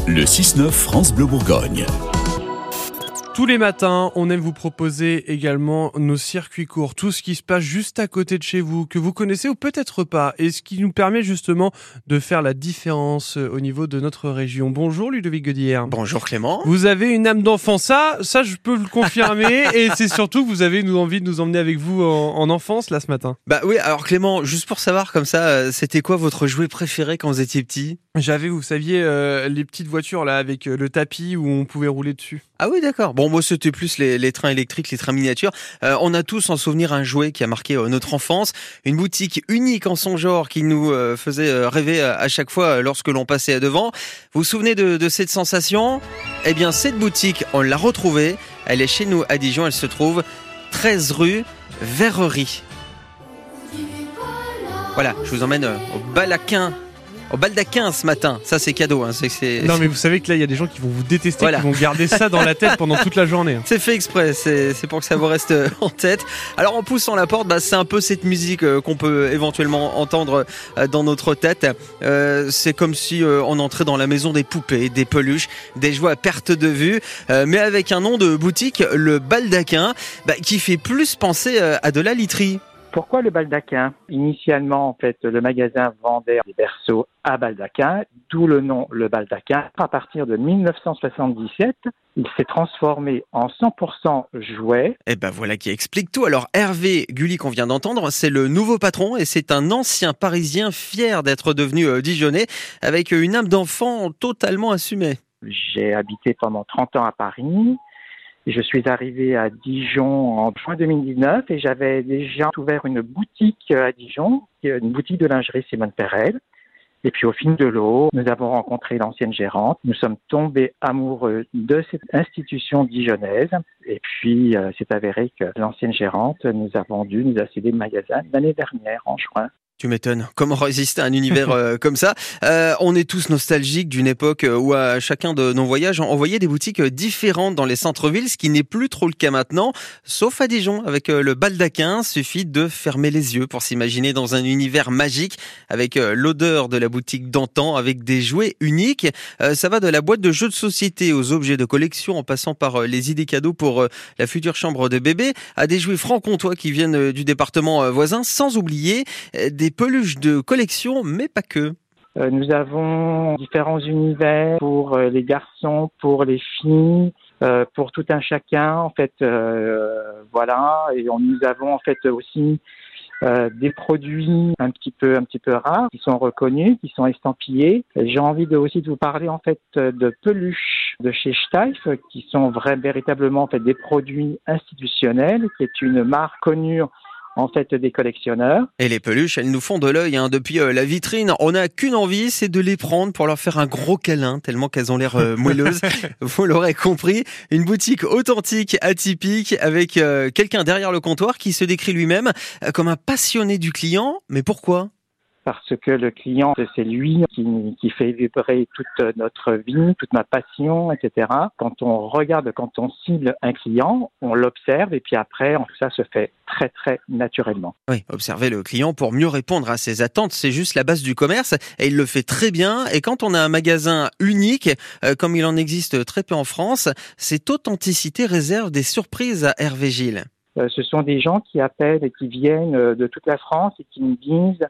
Le 6-9 France Bleu Bourgogne. Tous les matins, on aime vous proposer également nos circuits courts, tout ce qui se passe juste à côté de chez vous, que vous connaissez ou peut-être pas, et ce qui nous permet justement de faire la différence au niveau de notre région. Bonjour Ludovic Guedière. Bonjour Clément. Vous avez une âme d'enfant, ça je peux le confirmer, et c'est surtout que vous avez envie de nous emmener avec vous en enfance là ce matin. Bah oui, alors Clément, juste pour savoir comme ça, c'était quoi votre jouet préféré quand vous étiez petit ? J'avais, vous saviez, les petites voitures là avec le tapis où on pouvait rouler dessus. Ah oui, d'accord. Bon, moi c'était plus les trains électriques, les trains miniatures. On a tous en souvenir un jouet qui a marqué notre enfance, une boutique unique en son genre qui nous faisait rêver à chaque fois lorsque l'on passait devant. Vous vous souvenez de cette sensation ? Eh bien, cette boutique, on l'a retrouvée. Elle est chez nous à Dijon. Elle se trouve 13 rue Verrerie. Voilà, je vous emmène au baldaquin ce matin. Ça, c'est cadeau. Hein. Non, mais vous savez que là, il y a des gens qui vont vous détester, Voilà. qui vont garder ça dans la tête pendant toute la journée. C'est fait exprès, c'est pour que ça vous reste en tête. Alors en poussant la porte, c'est un peu cette musique qu'on peut éventuellement entendre dans notre tête. C'est comme si on entrait dans la maison des poupées, des peluches, des jouets à perte de vue, mais avec un nom de boutique, le baldaquin, qui fait plus penser à de la literie. Pourquoi le baldaquin ? Initialement, en fait, le magasin vendait des berceaux à baldaquin, d'où le nom le baldaquin. À partir de 1977, il s'est transformé en 100% jouet. Et voilà qui explique tout. Alors Hervé Gully qu'on vient d'entendre, c'est le nouveau patron et c'est un ancien Parisien fier d'être devenu Dijonnais avec une âme d'enfant totalement assumée. J'ai habité pendant 30 ans à Paris. Je suis arrivé à Dijon en juin 2019 et j'avais déjà ouvert une boutique à Dijon, une boutique de lingerie Simone Perel. Et puis au fil de l'eau, nous avons rencontré l'ancienne gérante. Nous sommes tombés amoureux de cette institution dijonnaise. Et puis c'est avéré que l'ancienne gérante nous a cédé le magasin l'année dernière, en juin. Tu m'étonnes. Comment résister à un univers comme ça ? On est tous nostalgiques d'une époque où à chacun de nos voyages, on voyait des boutiques différentes dans les centres-villes, ce qui n'est plus trop le cas maintenant, sauf à Dijon. Avec le baldaquin, suffit de fermer les yeux pour s'imaginer dans un univers magique avec l'odeur de la boutique d'antan, avec des jouets uniques. Ça va de la boîte de jeux de société aux objets de collection en passant par les idées cadeaux pour la future chambre de bébé, à des jouets franc-comtois qui viennent du département voisin, sans oublier des peluches de collection, mais pas que. Nous avons différents univers pour les garçons, pour les filles, pour tout un chacun, en fait, voilà. Et nous avons en fait aussi des produits un petit peu rares, qui sont reconnus, qui sont estampillés. Et j'ai envie aussi de vous parler en fait de peluches de chez Steiff, qui sont véritablement en fait des produits institutionnels, qui est une marque connue en fait des collectionneurs. Et les peluches, elles nous font de l'œil depuis la vitrine. On n'a qu'une envie, c'est de les prendre pour leur faire un gros câlin, tellement qu'elles ont l'air moelleuses. Vous l'aurez compris, une boutique authentique, atypique, avec quelqu'un derrière le comptoir qui se décrit lui-même comme un passionné du client. Mais pourquoi ? Parce que le client, c'est lui qui fait vibrer toute notre vie, toute ma passion, etc. Quand on cible un client, on l'observe et puis après, ça se fait très, très naturellement. Oui, observer le client pour mieux répondre à ses attentes, c'est juste la base du commerce et il le fait très bien. Et quand on a un magasin unique, comme il en existe très peu en France, cette authenticité réserve des surprises à Hervé Gilles. Ce sont des gens qui appellent et qui viennent de toute la France et qui me disent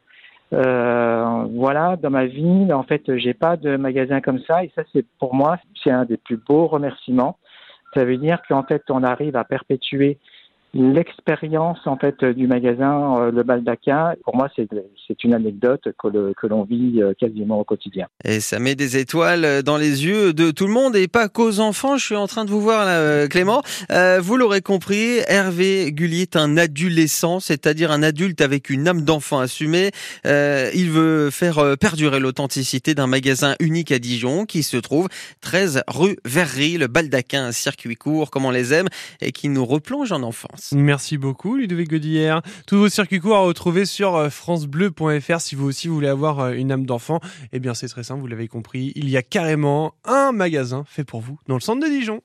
voilà, dans ma ville, en fait, j'ai pas de magasin comme ça, et ça, pour moi, c'est un des plus beaux remerciements. Ça veut dire qu'en fait, on arrive à perpétuer l'expérience en fait du magasin le baldaquin. Pour moi, c'est une anecdote que l'on vit quasiment au quotidien. Et ça met des étoiles dans les yeux de tout le monde et pas qu'aux enfants. Je suis en train de vous voir là, Clément. Vous l'aurez compris, Hervé Gully est un adolescent, c'est-à-dire un adulte avec une âme d'enfant assumée. Il veut faire perdurer l'authenticité d'un magasin unique à Dijon qui se trouve 13 rue Verrerie, le baldaquin, un circuit court comme on les aime et qui nous replonge en enfance. Merci beaucoup Ludovic Guedière. Tous vos circuits courts à retrouver sur francebleu.fr si vous aussi voulez avoir une âme d'enfant. Eh bien c'est très simple, vous l'avez compris, il y a carrément un magasin fait pour vous dans le centre de Dijon.